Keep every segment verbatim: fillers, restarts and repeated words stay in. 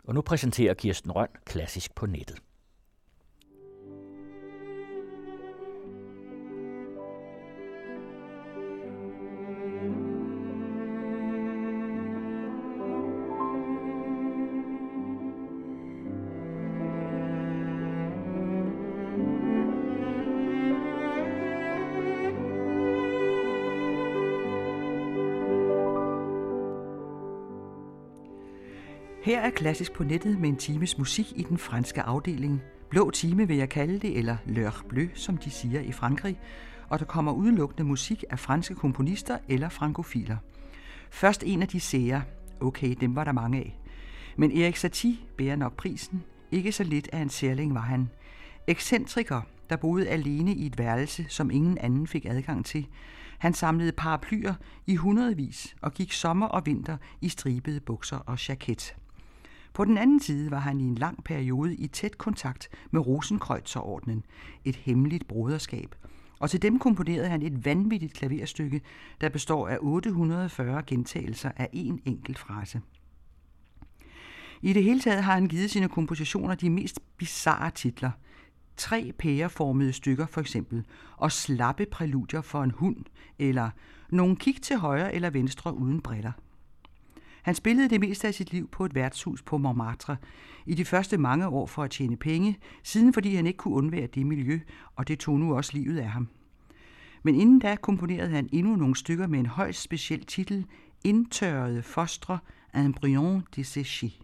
Og nu præsenterer Kirsten Rønn Klassisk på nettet. Her er Klassisk på nettet med en times musik i den franske afdeling. Blå time vil jeg kalde det, eller l'heure bleue, som de siger i Frankrig, og der kommer udelukkende musik af franske komponister eller frankofiler. Først en af de sære. Okay, dem var der mange af. Men Erik Satie bærer nok prisen. Ikke så lidt af en særling var han. Ekscentriker, der boede alene i et værelse, som ingen anden fik adgang til. Han samlede paraplyer i hundredvis og gik sommer og vinter i stribede bukser og jaket. På den anden side var han i en lang periode i tæt kontakt med Rosenkreuzerordenen, et hemmeligt broderskab, og til dem komponerede han et vanvittigt klaverstykke, der består af otte hundrede og fyrre gentagelser af en enkelt frase. I det hele taget har han givet sine kompositioner de mest bizarre titler. Tre pæreformede stykker for eksempel, og slappe præludier for en hund, eller nogle kig til højre eller venstre uden briller. Han spillede det meste af sit liv på et værtshus på Montmartre, i de første mange år for at tjene penge, siden fordi han ikke kunne undvære det miljø, og det tog nu også livet af ham. Men inden da komponerede han endnu nogle stykker med en højst speciel titel, Indtørrede fostre, embryon desséché.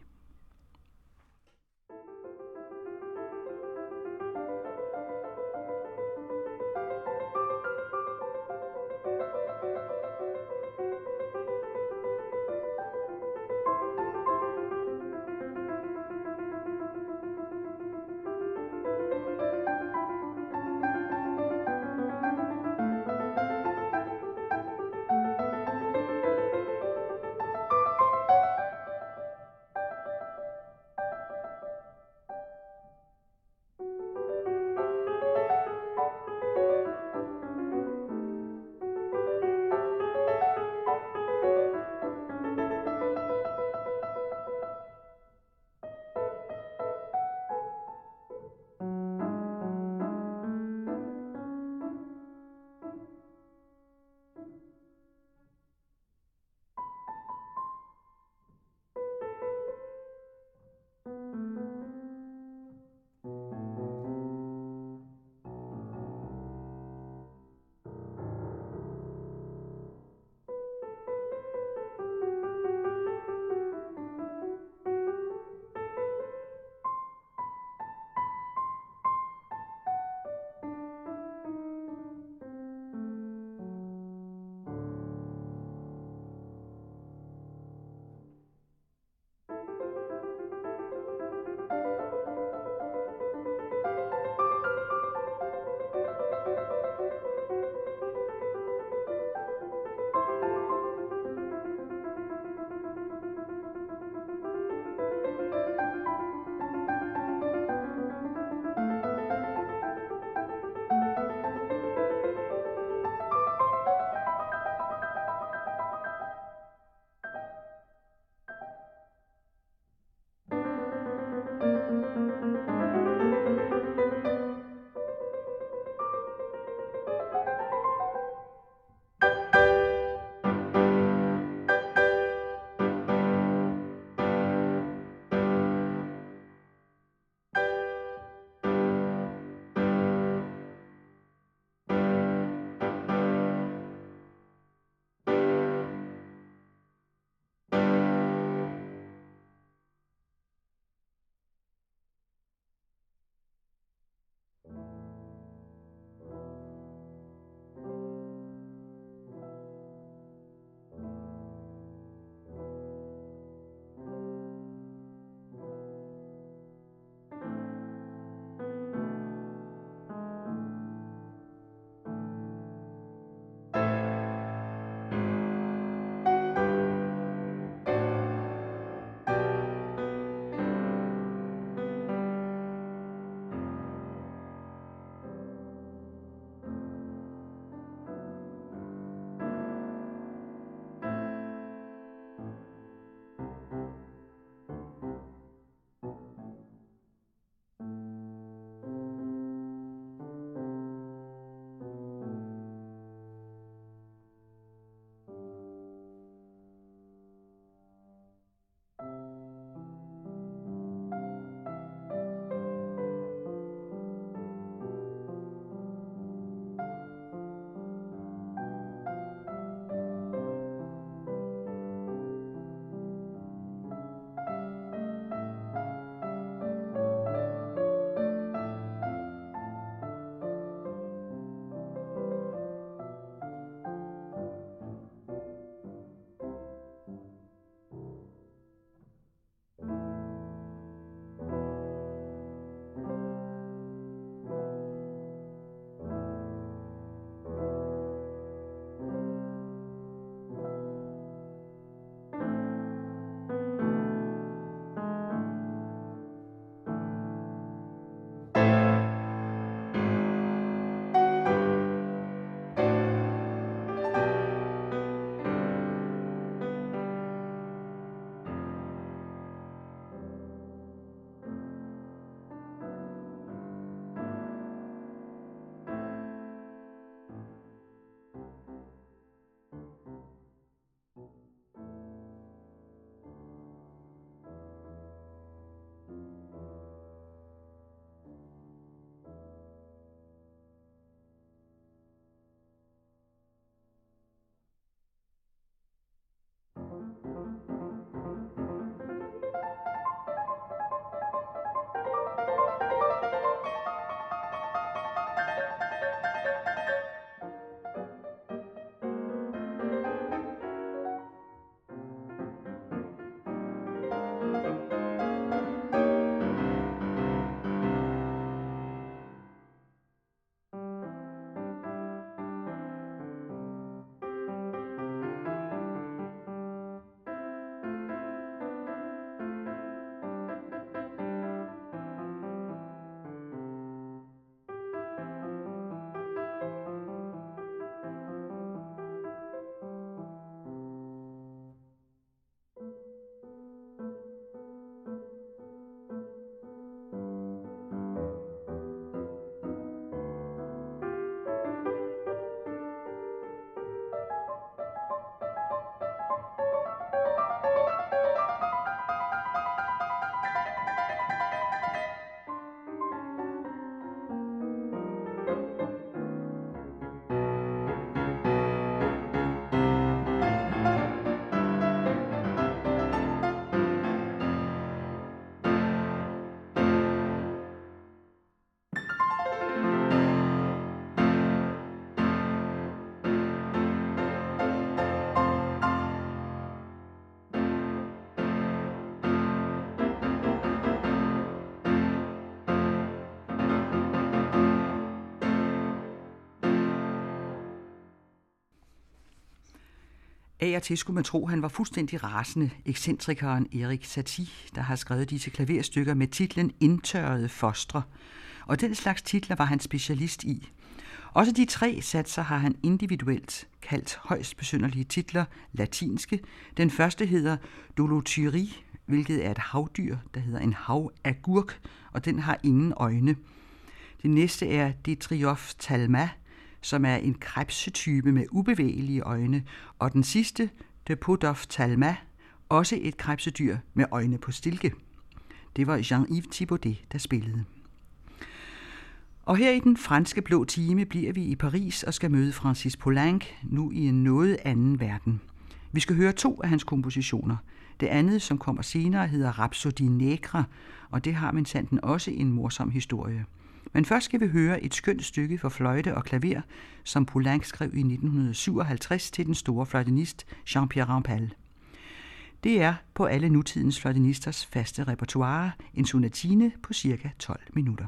Af og til skulle man tro, at han var fuldstændig rasende, ekscentrikeren Erik Satie, der har skrevet disse klaverstykker med titlen Indtørrede fostre. Og den slags titler var han specialist i. Også de tre satser har han individuelt kaldt højst besynderlige titler, latinske. Den første hedder Dolothuri, hvilket er et havdyr, der hedder en havagurk, og den har ingen øjne. Det næste er Detriophthalma, som er en krebsetype med ubevægelige øjne, og den sidste, Dipodophthalma, også et krebsedyr med øjne på stilke. Det var Jean-Yves Thibaudet, der spillede. Og her i den franske blå time bliver vi i Paris og skal møde Francis Poulenc, nu i en noget anden verden. Vi skal høre to af hans kompositioner. Det andet, som kommer senere, hedder Rhapsodie Nègre, og det har minsandten også en morsom historie. Men først skal vi høre et skønt stykke for fløjte og klaver, som Poulenc skrev i nitten syvoghalvtreds til den store fløjtenist Jean-Pierre Rampal. Det er på alle nutidens fløjtenisters faste repertoire en sonatine på cirka tolv minutter.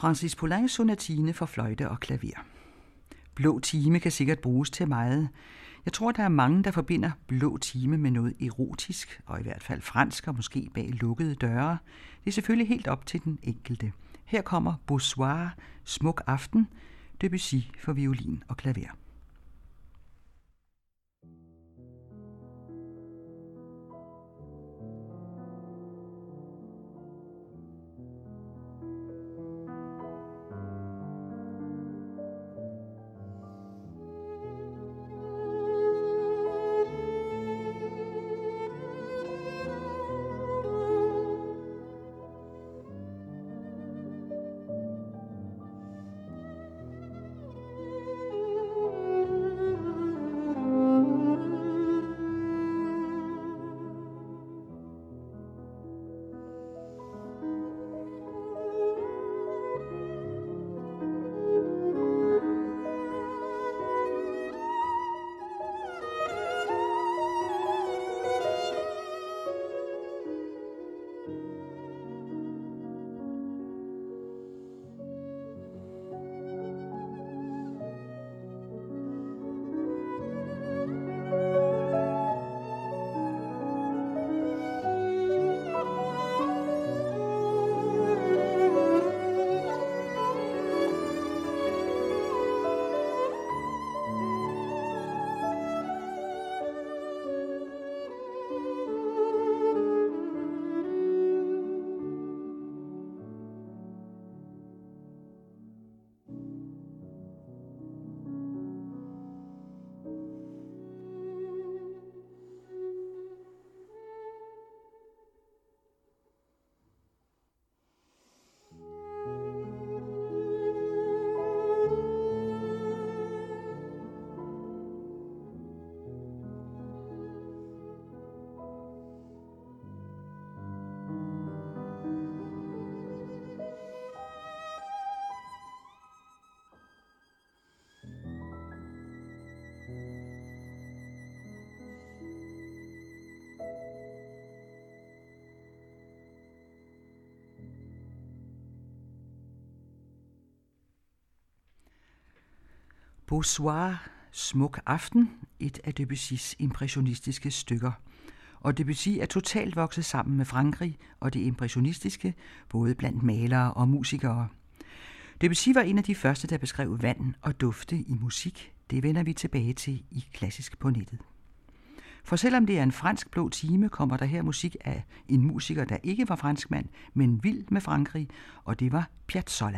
Francis Poulins sonatine for fløjte og klaver. Blå time kan sikkert bruges til meget. Jeg tror, der er mange, der forbinder blå time med noget erotisk, og i hvert fald fransk og måske bag lukkede døre. Det er selvfølgelig helt op til den enkelte. Her kommer Beau Soir, smuk aften, Debussy for violin og klaver. Beau Soir, smuk aften, et af Debussys impressionistiske stykker. Og Debussy er totalt vokset sammen med Frankrig og det impressionistiske, både blandt malere og musikere. Debussy var en af de første, der beskrev vand og dufte i musik. Det vender vi tilbage til i Klassisk på nettet. For selvom det er en fransk blå time, kommer der her musik af en musiker, der ikke var franskmand, men vild med Frankrig, og det var Piazzolla.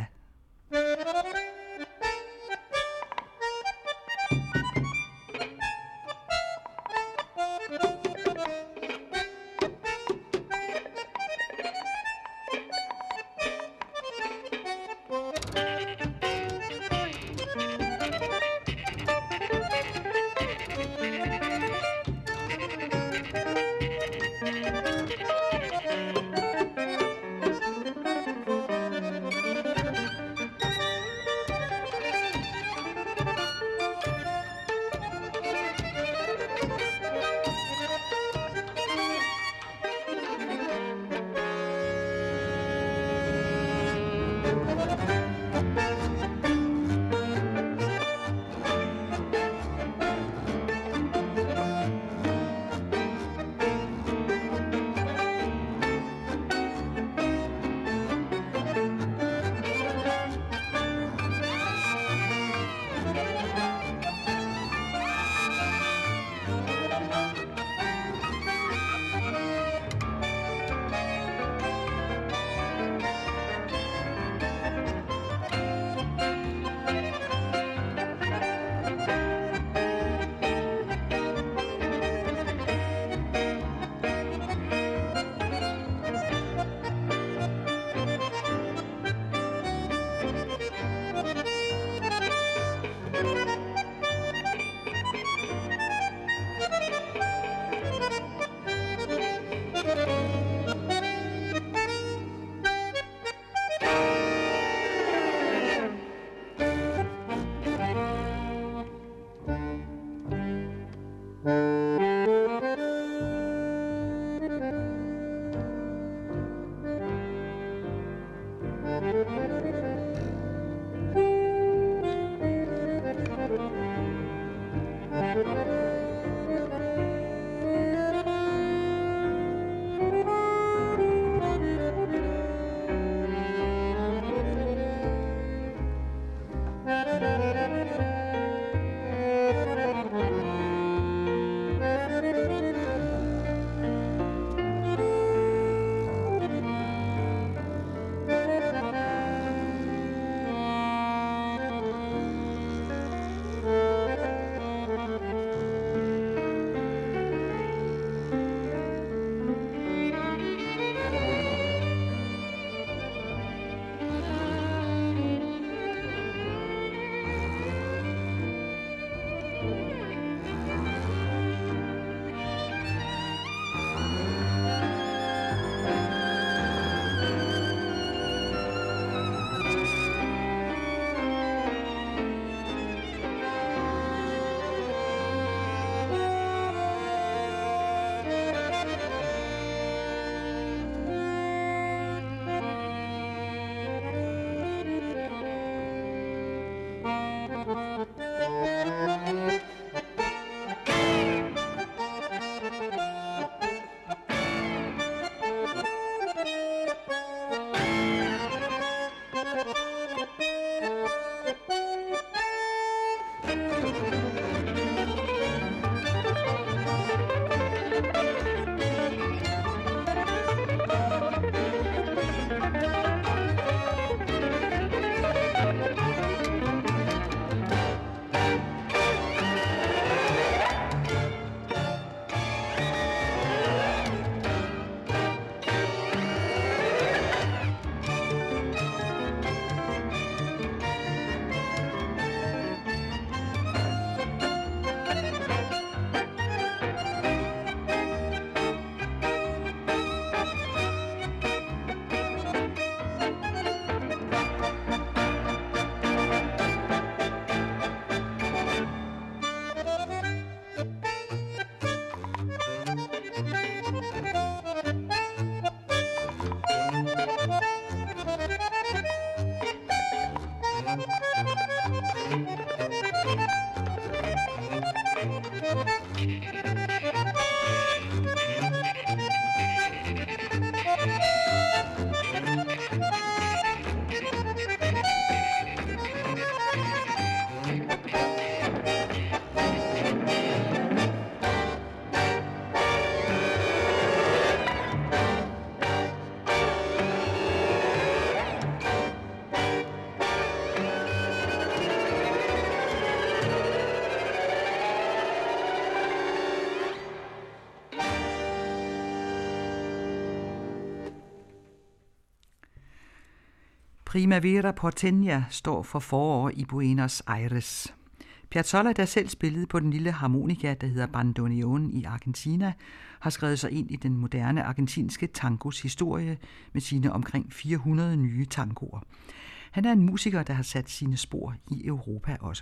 Primavera porteña står for forår i Buenos Aires. Piazzolla, der selv spillede på den lille harmonika, der hedder bandoneon i Argentina, har skrevet sig ind i den moderne argentinske tangos historie med sine omkring fire hundrede nye tangoer. Han er en musiker, der har sat sine spor i Europa også.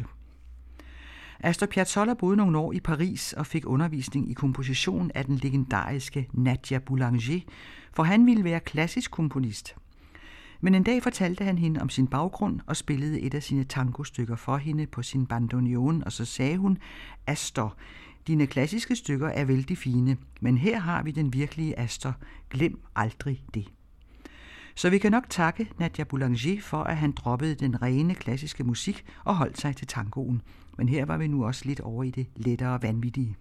Astor Piazzolla boede nogle år i Paris og fik undervisning i komposition af den legendariske Nadia Boulanger, for han ville være klassisk komponist. Men en dag fortalte han hende om sin baggrund og spillede et af sine tangostykker for hende på sin bandoneon, og så sagde hun: Astor, dine klassiske stykker er vældig fine, men her har vi den virkelige Astor. Glem aldrig det. Så vi kan nok takke Nadia Boulanger for, at han droppede den rene klassiske musik og holdt sig til tangoen. Men her var vi nu også lidt over i det lettere vanvittige.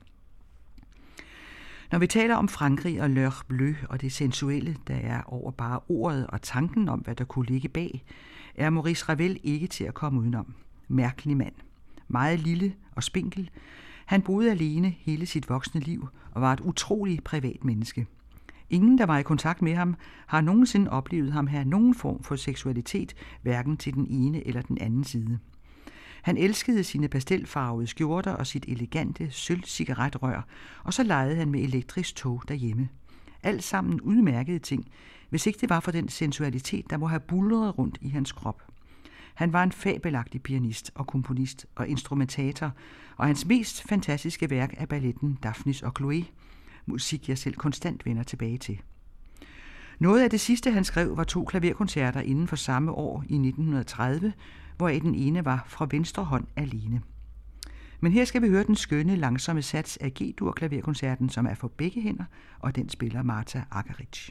Når vi taler om Frankrig og L'Heure Bleue og det sensuelle, der er over bare ordet og tanken om, hvad der kunne ligge bag, er Maurice Ravel ikke til at komme udenom. Mærkelig mand. Meget lille og spinkel. Han boede alene hele sit voksne liv og var et utroligt privat menneske. Ingen, der var i kontakt med ham, har nogensinde oplevet ham have nogen form for seksualitet, hverken til den ene eller den anden side. Han elskede sine pastelfarvede skjorter og sit elegante sølv-cigaretrør, og så legede han med elektrisk tog derhjemme. Alt sammen udmærkede ting, hvis ikke det var for den sensualitet, der må have buldret rundt i hans krop. Han var en fabelagtig pianist og komponist og instrumentator, og hans mest fantastiske værk er balletten Daphnis og Chloé, musik jeg selv konstant vender tilbage til. Noget af det sidste, han skrev, var to klaverkoncerter inden for samme år i nitten tredive, hvoraf den ene var fra venstre hånd alene. Men her skal vi høre den skønne, langsomme sats af G-dur-klaverkoncerten, som er for begge hænder, og den spiller Marta Argerich.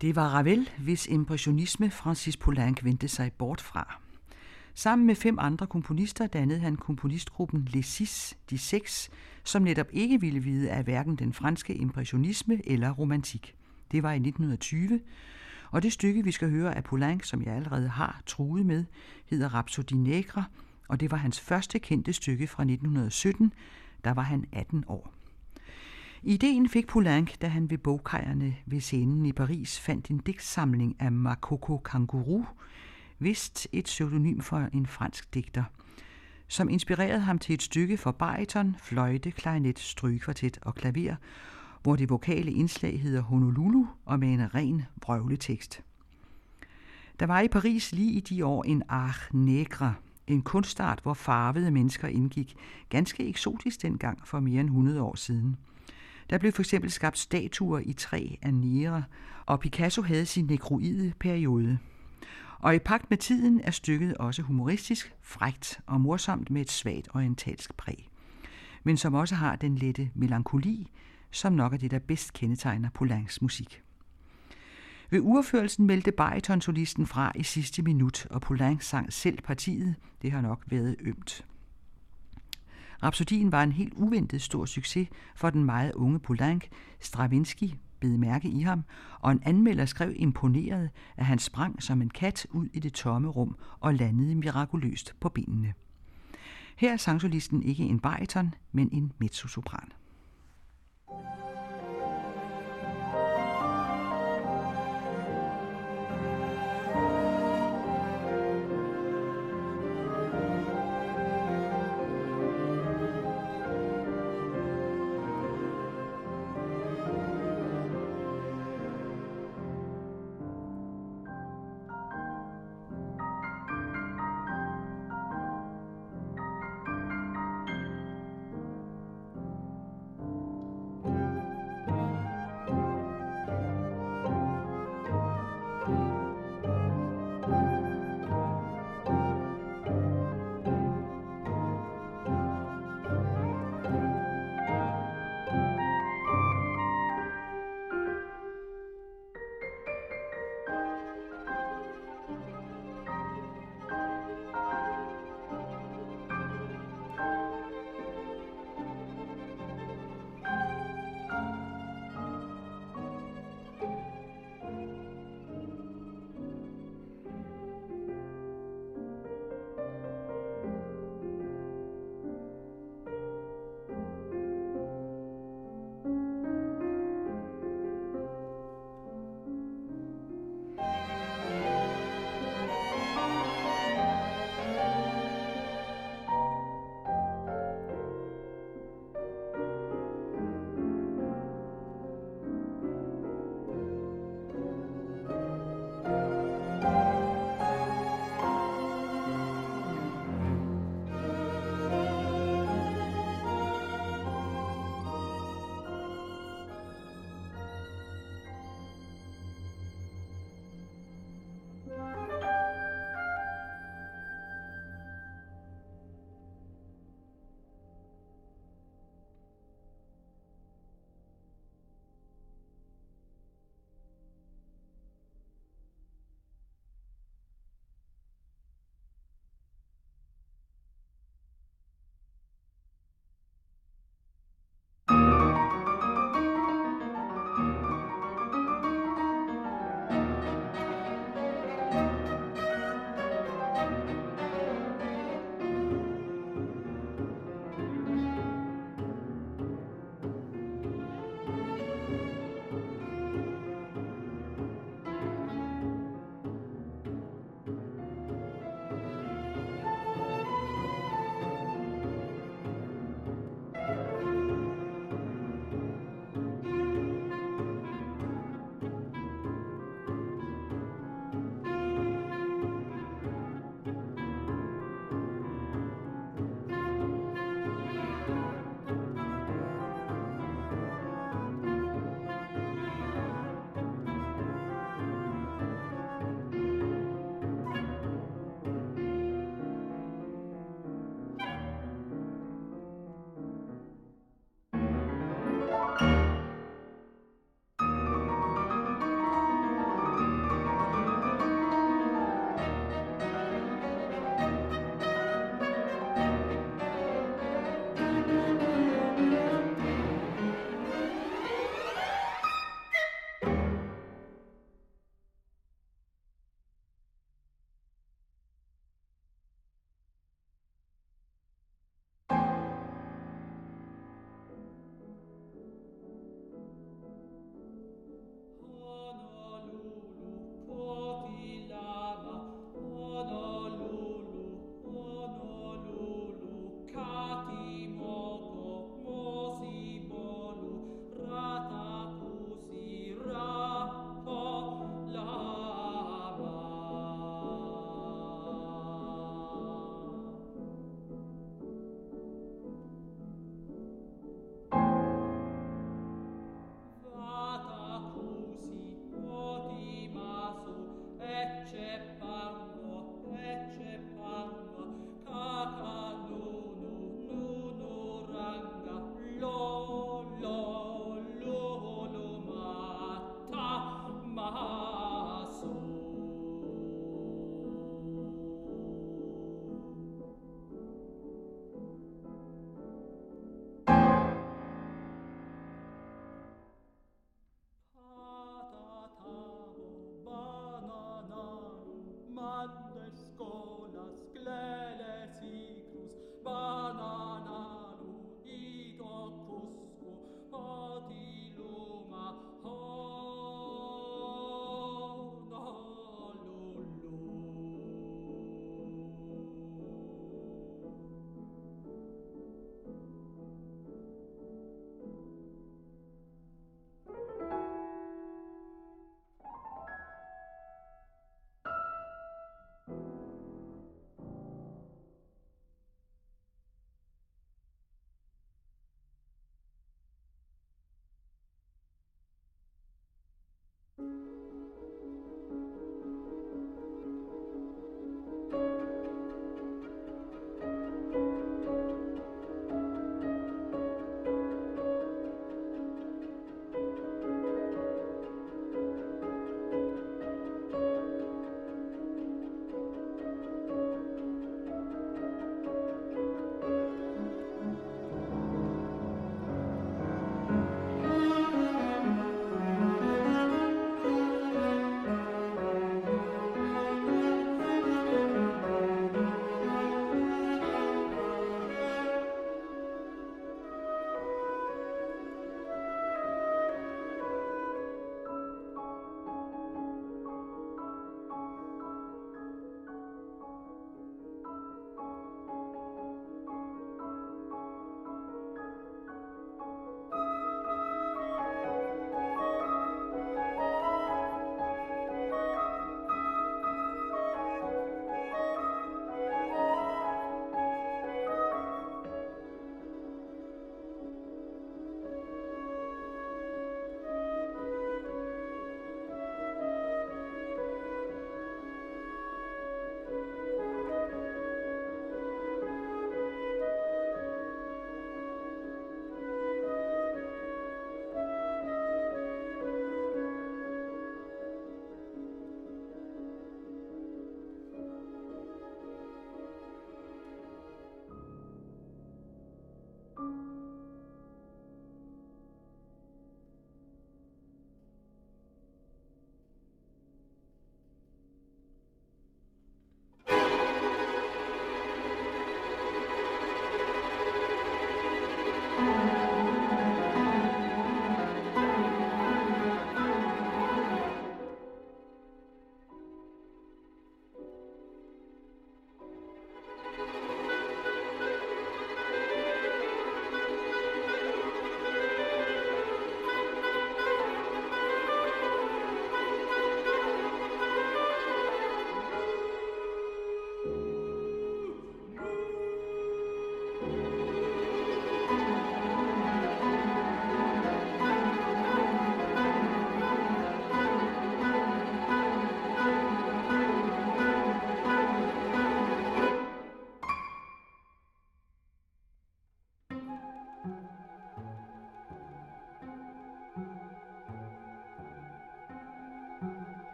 Det var Ravel, hvis impressionisme Francis Poulenc vendte sig bort fra. Sammen med fem andre komponister dannede han komponistgruppen Les Six, de seks, som netop ikke ville vide af hverken den franske impressionisme eller romantik. Det var i nitten tyve, og det stykke, vi skal høre af Poulenc, som jeg allerede har truet med, hedder Rhapsodie Nègre, og det var hans første kendte stykke fra nitten sytten, der var han atten år. Ideen fik Poulenc, da han ved bogkajerne ved scenen i Paris fandt en digtsamling af Makoko Kanguru, vist et pseudonym for en fransk digter, som inspirerede ham til et stykke for bariton, fløjte, klarinet, strygekvartet og klaver, hvor det vokale indslag hedder Honolulu og med en ren vrøvletekst. Der var i Paris lige i de år en art nègre, en kunstart, hvor farvede mennesker indgik, ganske eksotisk dengang for mere end hundrede år siden. Der blev for eksempel skabt statuer i træ af negre, og Picasso havde sin negroide periode. Og i pagt med tiden er stykket også humoristisk, frækt og morsomt med et svagt orientalsk præg, men som også har den lette melankoli, som nok er det, der bedst kendetegner Poulencs musik. Ved urførelsen meldte baritonsolisten fra i sidste minut, og Poulenc sang selv partiet. Det har nok været ømt. Rhapsodien var en helt uventet stor succes for den meget unge Poulenc. Stravinsky bed mærke i ham, og en anmelder skrev imponeret, at han sprang som en kat ud i det tomme rum og landede mirakuløst på benene. Her er sangsolisten ikke en bariton, men en mezzosopran.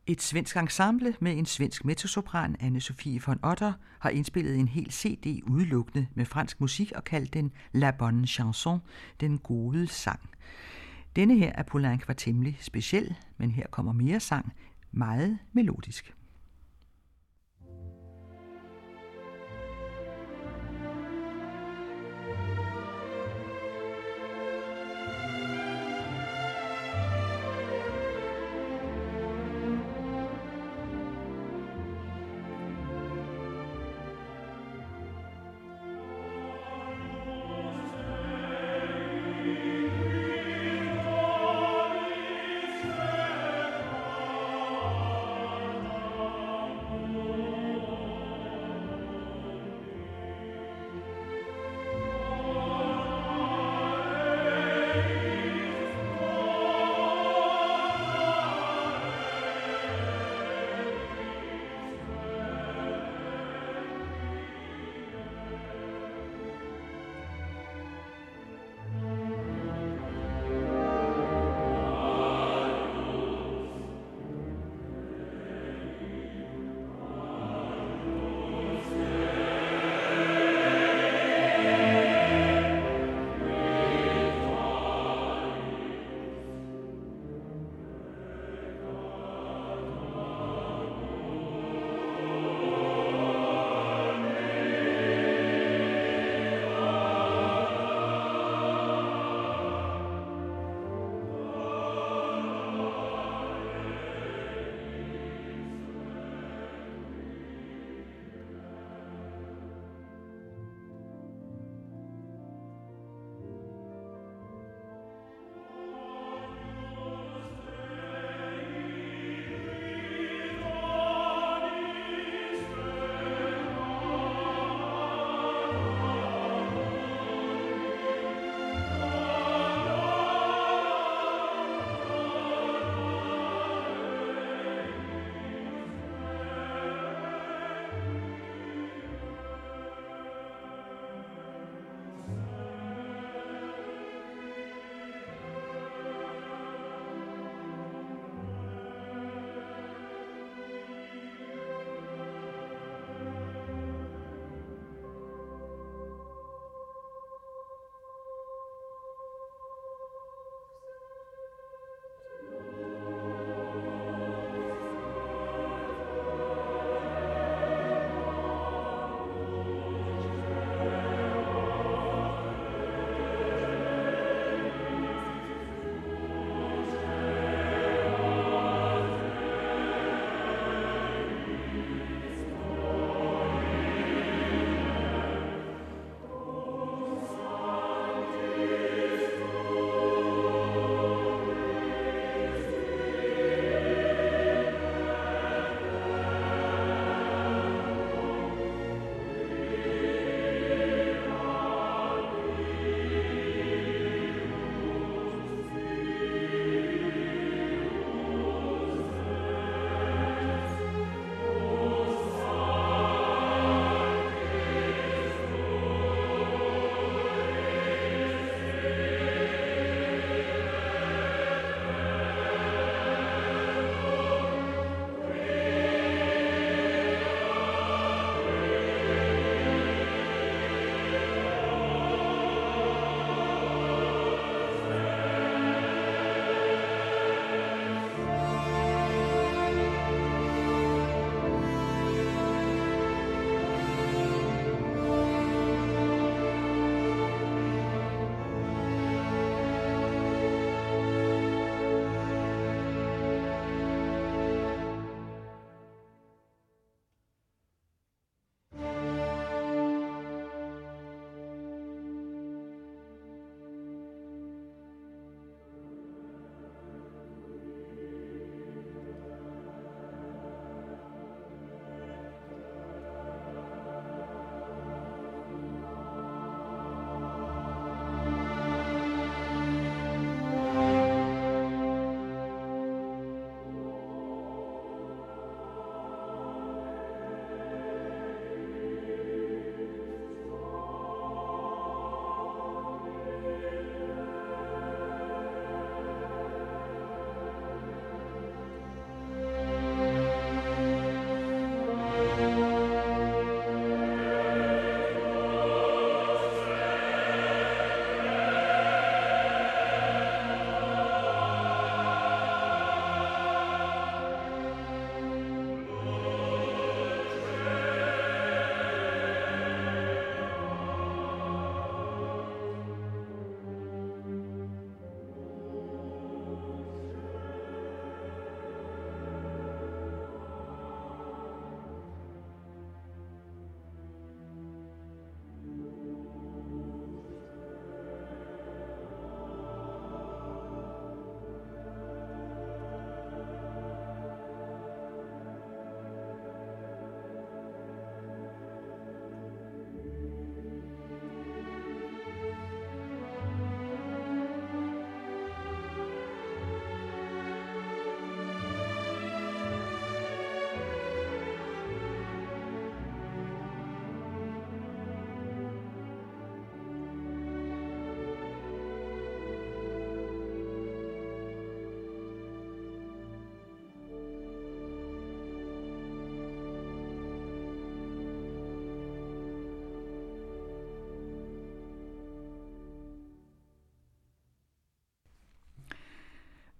Et svensk ensemble med en svensk mezzosopran, Anne-Sophie von Otter, har indspillet en hel C D udelukkende med fransk musik og kaldt den La Bonne Chanson, den gode sang. Denne her af Poulenc var temmelig speciel, men her kommer mere sang, meget melodisk.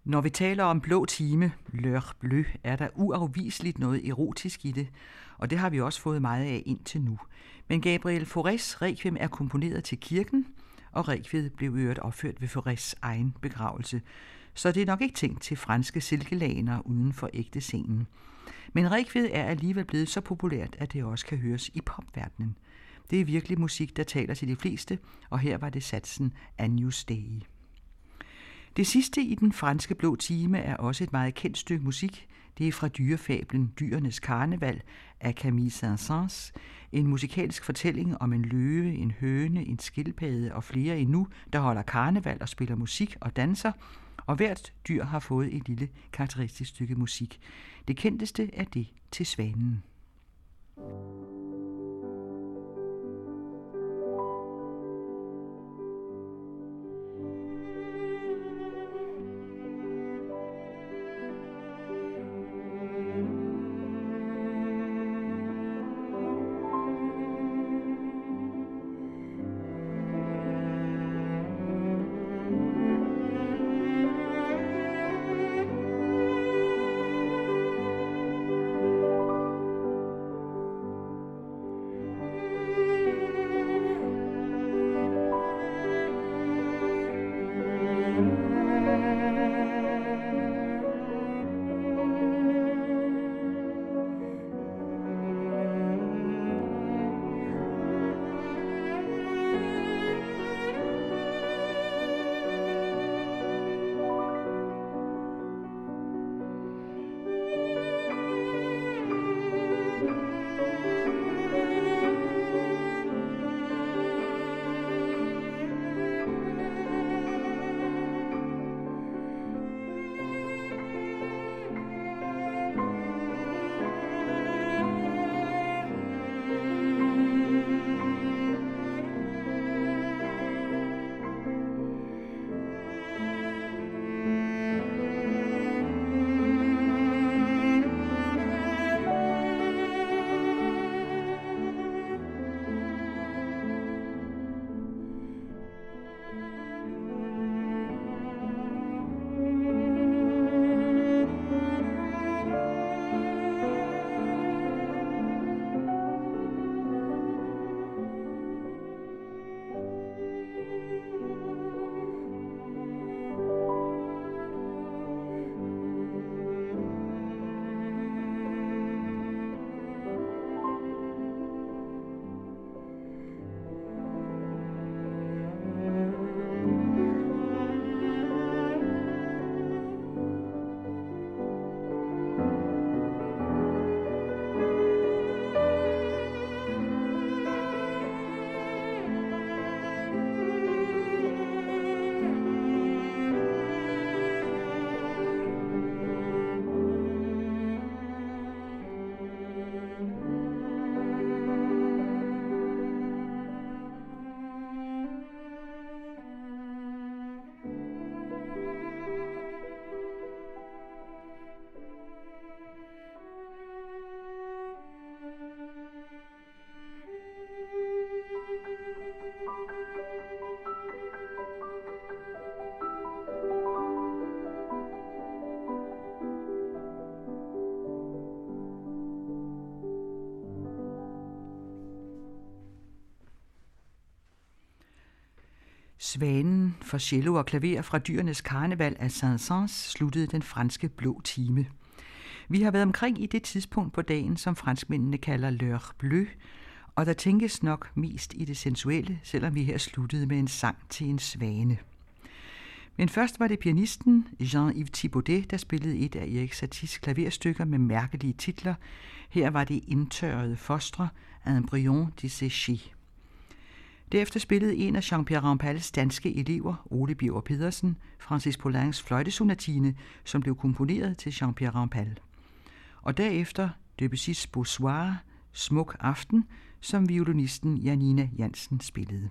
Når vi taler om blå time, L'heure bleue, er der uafviseligt noget erotisk i det, og det har vi også fået meget af indtil nu. Men Gabriel Faurés Requiem er komponeret til kirken, og Requiem blev øvrigt opført ved Faurés egen begravelse, så det er nok ikke tænkt til franske silkelaner uden for ægtescenen. Men Requiem er alligevel blevet så populært, at det også kan høres i popverdenen. Det er virkelig musik, der taler til de fleste, og her var det satsen Agnus Dei. Det sidste i den franske blå time er også et meget kendt stykke musik. Det er fra dyrefablen Dyrenes Karneval af Camille Saint-Saëns, en musikalsk fortælling om en løve, en høne, en skildpadde og flere endnu, der holder karneval og spiller musik og danser, og hvert dyr har fået et lille karakteristisk stykke musik. Det kendteste er det til Svanen. Svanen for cello og klaver fra Dyrenes Karneval af Saint-Saëns sluttede den franske blå time. Vi har været omkring i det tidspunkt på dagen, som franskmændene kalder L'heure bleue, og der tænkes nok mest i det sensuelle, selvom vi her sluttede med en sang til en svane. Men først var det pianisten Jean-Yves Thibaudet, der spillede et af Erik Satie's klaverstykker med mærkelige titler. Her var det Indtørrede fostre, Un Embryon desséché. Derefter spillede en af Jean-Pierre Rampals danske elever, Ole Birger Pedersen, Francis Poulains fløjtesonatine, som blev komponeret til Jean-Pierre Rampal. Og derefter Debussys Beau Soir, Smuk aften, som violinisten Janina Jansen spillede.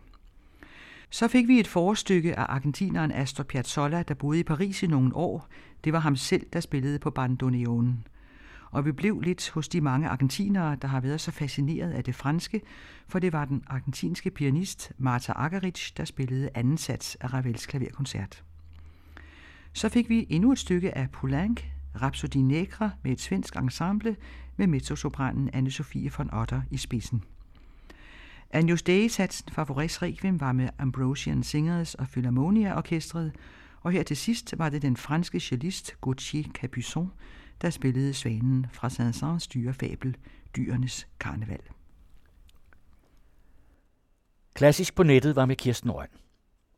Så fik vi et forstykke af argentineren Astor Piazzolla, der boede i Paris i nogle år. Det var ham selv, der spillede på bandoneonen. Og vi blev lidt hos de mange argentinere, der har været så fascineret af det franske, for det var den argentinske pianist Marta Argerich, der spillede anden sats af Ravels klaverkoncert. Så fik vi endnu et stykke af Poulenc, Rhapsodie Negra med et svensk ensemble med mezzosopranen Anne-Sophie von Otter i spidsen. Agnus Dei-satsen Favoris Requiem var med Ambrosian Singers og Philharmonia-orkestret, og her til sidst var det den franske cellist Gauthier Capuçon, der spillede Svanen fra Saint-Saëns dyrefabel Dyrenes Karneval. Klassisk på nettet var med Kirsten Rønn.